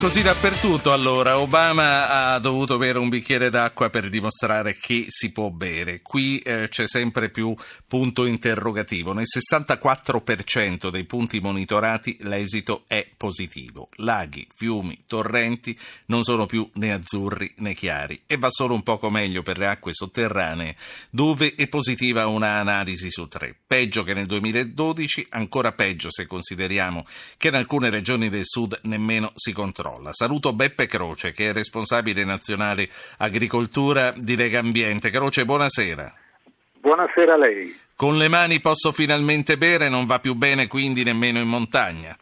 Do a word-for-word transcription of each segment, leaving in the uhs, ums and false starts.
Così dappertutto, allora, Obama ha dovuto bere un bicchiere d'acqua per dimostrare che si può bere. Qui eh, c'è sempre più punto interrogativo. Nel sessantaquattro per cento dei punti monitorati l'esito è positivo. Laghi, fiumi, torrenti non sono più né azzurri né chiari. E va solo un poco meglio per le acque sotterranee, dove è positiva una analisi su tre. Peggio che nel duemiladodici, ancora peggio se consideriamo che in alcune regioni del sud nemmeno si controlla. Saluto Beppe Croce, che è responsabile nazionale agricoltura di Legambiente. Croce, buonasera. Buonasera a lei. Con le mani posso finalmente bere, non va più bene quindi nemmeno in montagna?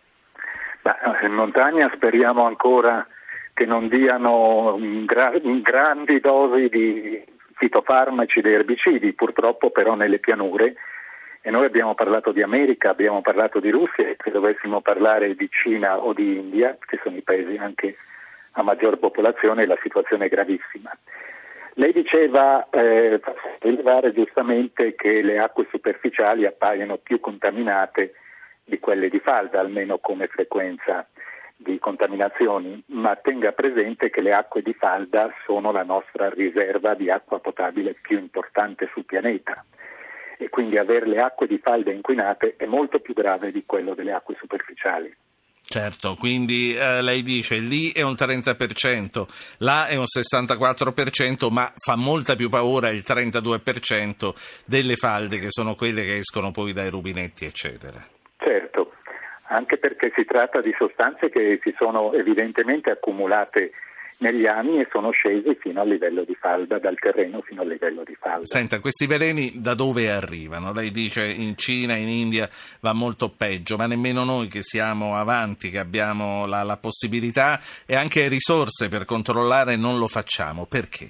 Beh, in montagna speriamo ancora che non diano gra- grandi dosi di fitofarmaci, di erbicidi, purtroppo però nelle pianure. E noi abbiamo parlato di America, abbiamo parlato di Russia, e se dovessimo parlare di Cina o di India, che sono i paesi anche a maggior popolazione, la situazione è gravissima. Lei diceva, eh, rilevare giustamente che le acque superficiali appaiono più contaminate di quelle di falda, almeno come frequenza di contaminazioni, ma tenga presente che le acque di falda sono la nostra riserva di acqua potabile più importante sul pianeta. E quindi avere le acque di falda inquinate è molto più grave di quello delle acque superficiali. Certo, quindi eh, lei dice lì è un trenta per cento, là è un sessantaquattro per cento, ma fa molta più paura il trentadue per cento delle falde, che sono quelle che escono poi dai rubinetti, eccetera. Certo, anche perché si tratta di sostanze che si sono evidentemente accumulate negli anni e sono scesi fino al livello di falda, dal terreno fino al livello di falda. Senta, questi veleni da dove arrivano? Lei dice in Cina, in India va molto peggio, ma nemmeno noi che siamo avanti, che abbiamo la, la possibilità e anche risorse per controllare, non lo facciamo. Perché?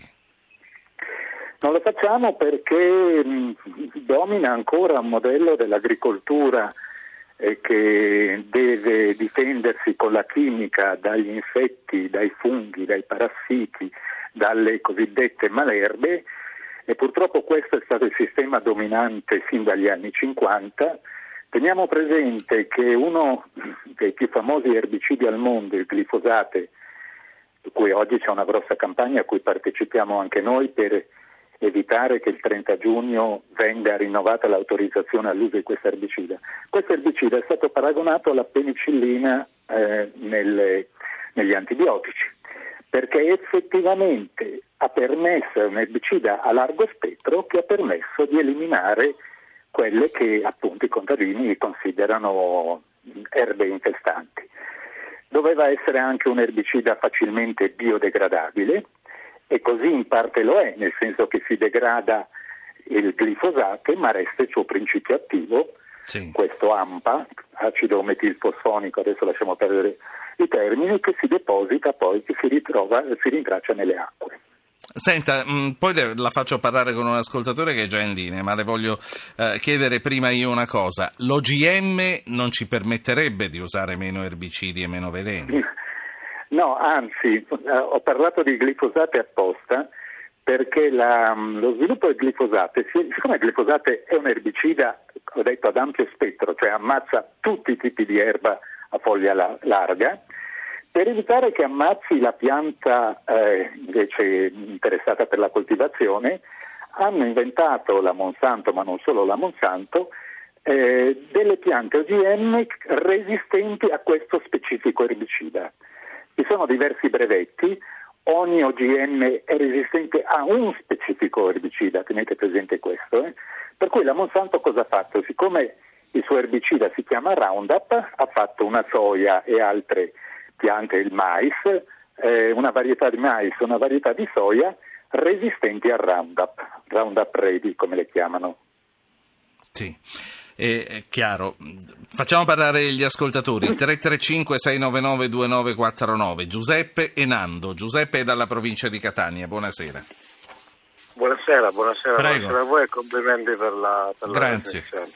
Non lo facciamo perché mh, domina ancora un modello dell'agricoltura e che deve difendersi con la chimica dagli insetti, dai funghi, dai parassiti, dalle cosiddette malerbe, e purtroppo questo è stato il sistema dominante fin dagli anni cinquanta. Teniamo presente che uno dei più famosi erbicidi al mondo, il glifosate, di cui oggi c'è una grossa campagna a cui partecipiamo anche noi per evitare che il trenta giugno venga rinnovata l'autorizzazione all'uso di questo erbicida. Questo erbicida è stato paragonato alla penicillina eh, nelle, negli antibiotici, perché effettivamente ha permesso, è un erbicida a largo spettro che ha permesso di eliminare quelle che appunto i contadini considerano erbe infestanti. Doveva essere anche un erbicida facilmente biodegradabile, e così in parte lo è, nel senso che si degrada il glifosate ma resta il suo principio attivo, sì. Questo AMPA, acido metilfosfonico, adesso lasciamo perdere i termini, che si deposita poi, che si ritrova, si rintraccia nelle acque. Senta, mh, poi la faccio parlare con un ascoltatore che è già in linea, ma le voglio eh, chiedere prima io una cosa. L'O G M non ci permetterebbe di usare meno erbicidi e meno veleni? No, anzi, ho parlato di glifosate apposta perché la, lo sviluppo del glifosate, siccome il glifosate è un erbicida, ho detto, ad ampio spettro, cioè ammazza tutti i tipi di erba a foglia la, larga, per evitare che ammazzi la pianta eh, invece interessata per la coltivazione, hanno inventato la Monsanto, ma non solo la Monsanto, eh, delle piante O G M resistenti a questo specifico erbicida. Ci sono diversi brevetti, ogni O G M è resistente a un specifico erbicida, tenete presente questo, eh? Per cui la Monsanto cosa ha fatto? Siccome il suo erbicida si chiama Roundup, ha fatto una soia e altre piante, il mais, eh, una varietà di mais, una varietà di soia resistenti al Roundup, Roundup Ready come le chiamano. Sì. È chiaro. Facciamo parlare gli ascoltatori. Tre tre cinque sei nove nove due nove quattro nove. Giuseppe e Nando. Giuseppe è dalla provincia di Catania. Buonasera. Buonasera, buonasera, Prego. buonasera a voi e complimenti per la, per la Grazie. trasmissione.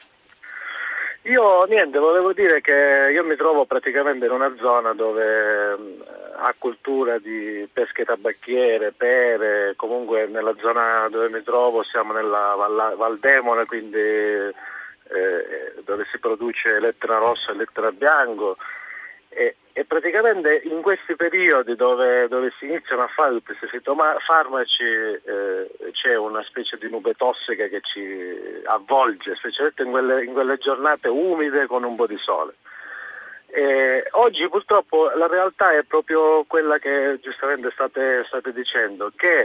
Io niente, volevo dire che io mi trovo praticamente in una zona dove eh, ha cultura di pesche tabacchiere, pere, comunque nella zona dove mi trovo siamo nella Val, Val Demone, quindi Eh, dove si produce lettera rossa e lettera bianco, e e praticamente in questi periodi dove, dove si iniziano a fare tutti questi fitofarmaci eh, c'è una specie di nube tossica che ci avvolge, specialmente in quelle, in quelle giornate umide con un po' di sole. E oggi purtroppo la realtà è proprio quella che giustamente state, state dicendo, che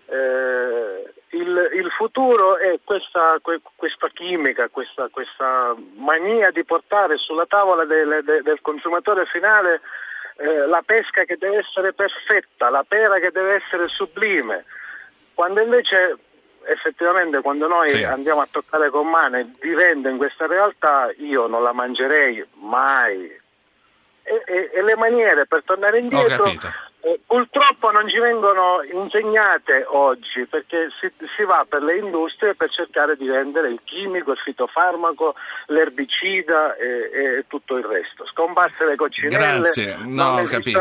eh, il, il futuro è questa, questa chimica, questa, questa mania di portare sulla tavola del, del consumatore finale eh, la pesca che deve essere perfetta, la pera che deve essere sublime, quando invece effettivamente quando noi sì. andiamo a toccare con mano e vivendo in questa realtà, io non la mangerei mai. E, e, e le maniere per tornare indietro eh, purtroppo non ci vengono insegnate oggi, perché si, si va per le industrie per cercare di vendere il chimico, il fitofarmaco, l'erbicida e, e tutto il resto. Scomparse le coccinelle. Grazie, no, ho capito.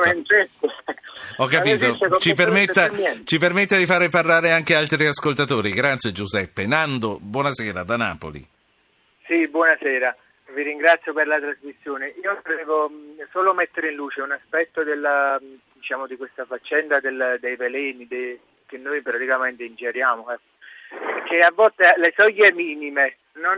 Ho capito. Ci permetta, ci permetta di fare parlare anche altri ascoltatori. Grazie Giuseppe. Nando, buonasera da Napoli. Sì, buonasera. Vi ringrazio per la trasmissione. Io volevo solo mettere in luce un aspetto della, diciamo, di questa faccenda del, dei veleni dei, che noi praticamente ingeriamo, eh. che a volte le soglie minime,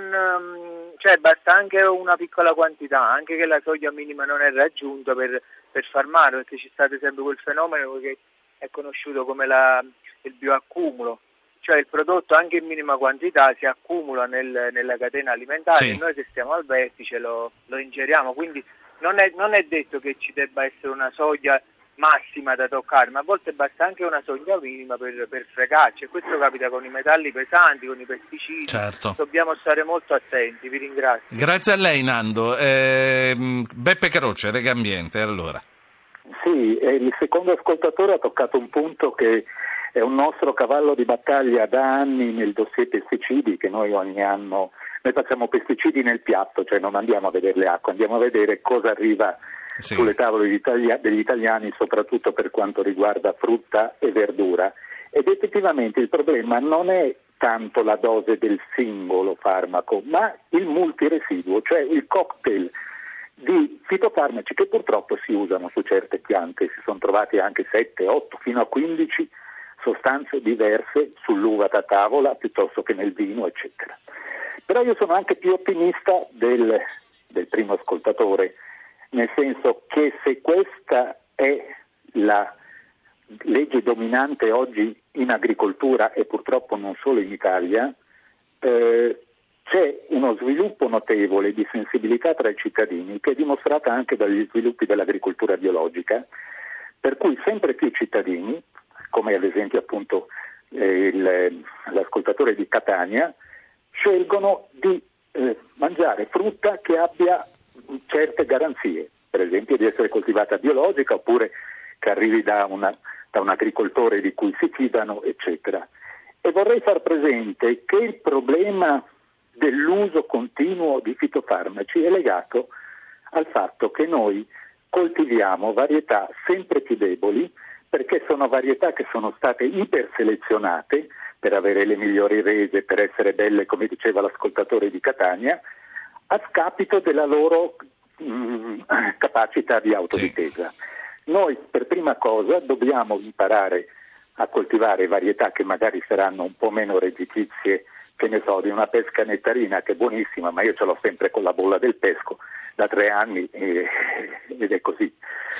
non, cioè basta anche una piccola quantità, anche che la soglia minima non è raggiunta per, per far male, perché c'è stato sempre quel fenomeno che è conosciuto come la, il bioaccumulo. Cioè il prodotto anche in minima quantità si accumula nel, nella catena alimentare sì. e noi che stiamo al vertice lo, lo ingeriamo, quindi non è, non è detto che ci debba essere una soglia massima da toccare, ma a volte basta anche una soglia minima per, per fregarci, e questo capita con i metalli pesanti, con i pesticidi, certo. Dobbiamo stare molto attenti, vi ringrazio. Grazie a lei Nando. Eh, Beppe Croce, Legambiente, allora. Sì, il secondo ascoltatore ha toccato un punto che è un nostro cavallo di battaglia da anni nel dossier pesticidi, che noi ogni anno, noi facciamo pesticidi nel piatto, cioè non andiamo a vedere le acque, andiamo a vedere cosa arriva sì. sulle tavole degli italiani, soprattutto per quanto riguarda frutta e verdura. Ed effettivamente il problema non è tanto la dose del singolo farmaco, ma il multiresiduo, cioè il cocktail di fitofarmaci che purtroppo si usano su certe piante. Si sono trovati anche sette, otto, fino a quindici sostanze diverse sull'uva da tavola piuttosto che nel vino, eccetera. Però io sono anche più ottimista del, del primo ascoltatore, nel senso che se questa è la legge dominante oggi in agricoltura e purtroppo non solo in Italia, eh, c'è uno sviluppo notevole di sensibilità tra i cittadini che è dimostrata anche dagli sviluppi dell'agricoltura biologica, per cui sempre più cittadini, come ad esempio appunto eh, il, l'ascoltatore di Catania, scelgono di eh, mangiare frutta che abbia certe garanzie, per esempio di essere coltivata biologica oppure che arrivi da, una, da un agricoltore di cui si fidano, eccetera. E vorrei far presente che il problema dell'uso continuo di fitofarmaci è legato al fatto che noi coltiviamo varietà sempre più deboli, perché sono varietà che sono state iperselezionate per avere le migliori rese, per essere belle, come diceva l'ascoltatore di Catania, a scapito della loro mh, capacità di autodifesa. Sì. Noi per prima cosa dobbiamo imparare a coltivare varietà che magari saranno un po' meno redditizie, che ne so, di una pesca nettarina che è buonissima, ma io ce l'ho sempre con la bolla del pesco da tre anni eh, ed è così.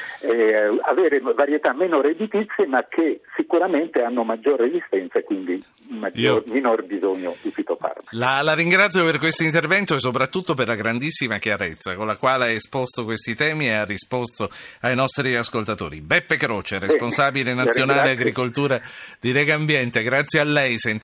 Eh, avere varietà meno redditizie ma che sicuramente hanno maggior resistenza e quindi maggior, Io... minor bisogno di fitofarmaci. La, la ringrazio per questo intervento e soprattutto per la grandissima chiarezza con la quale ha esposto questi temi e ha risposto ai nostri ascoltatori. Beppe Croce, responsabile nazionale agricoltura di Legambiente, grazie a lei.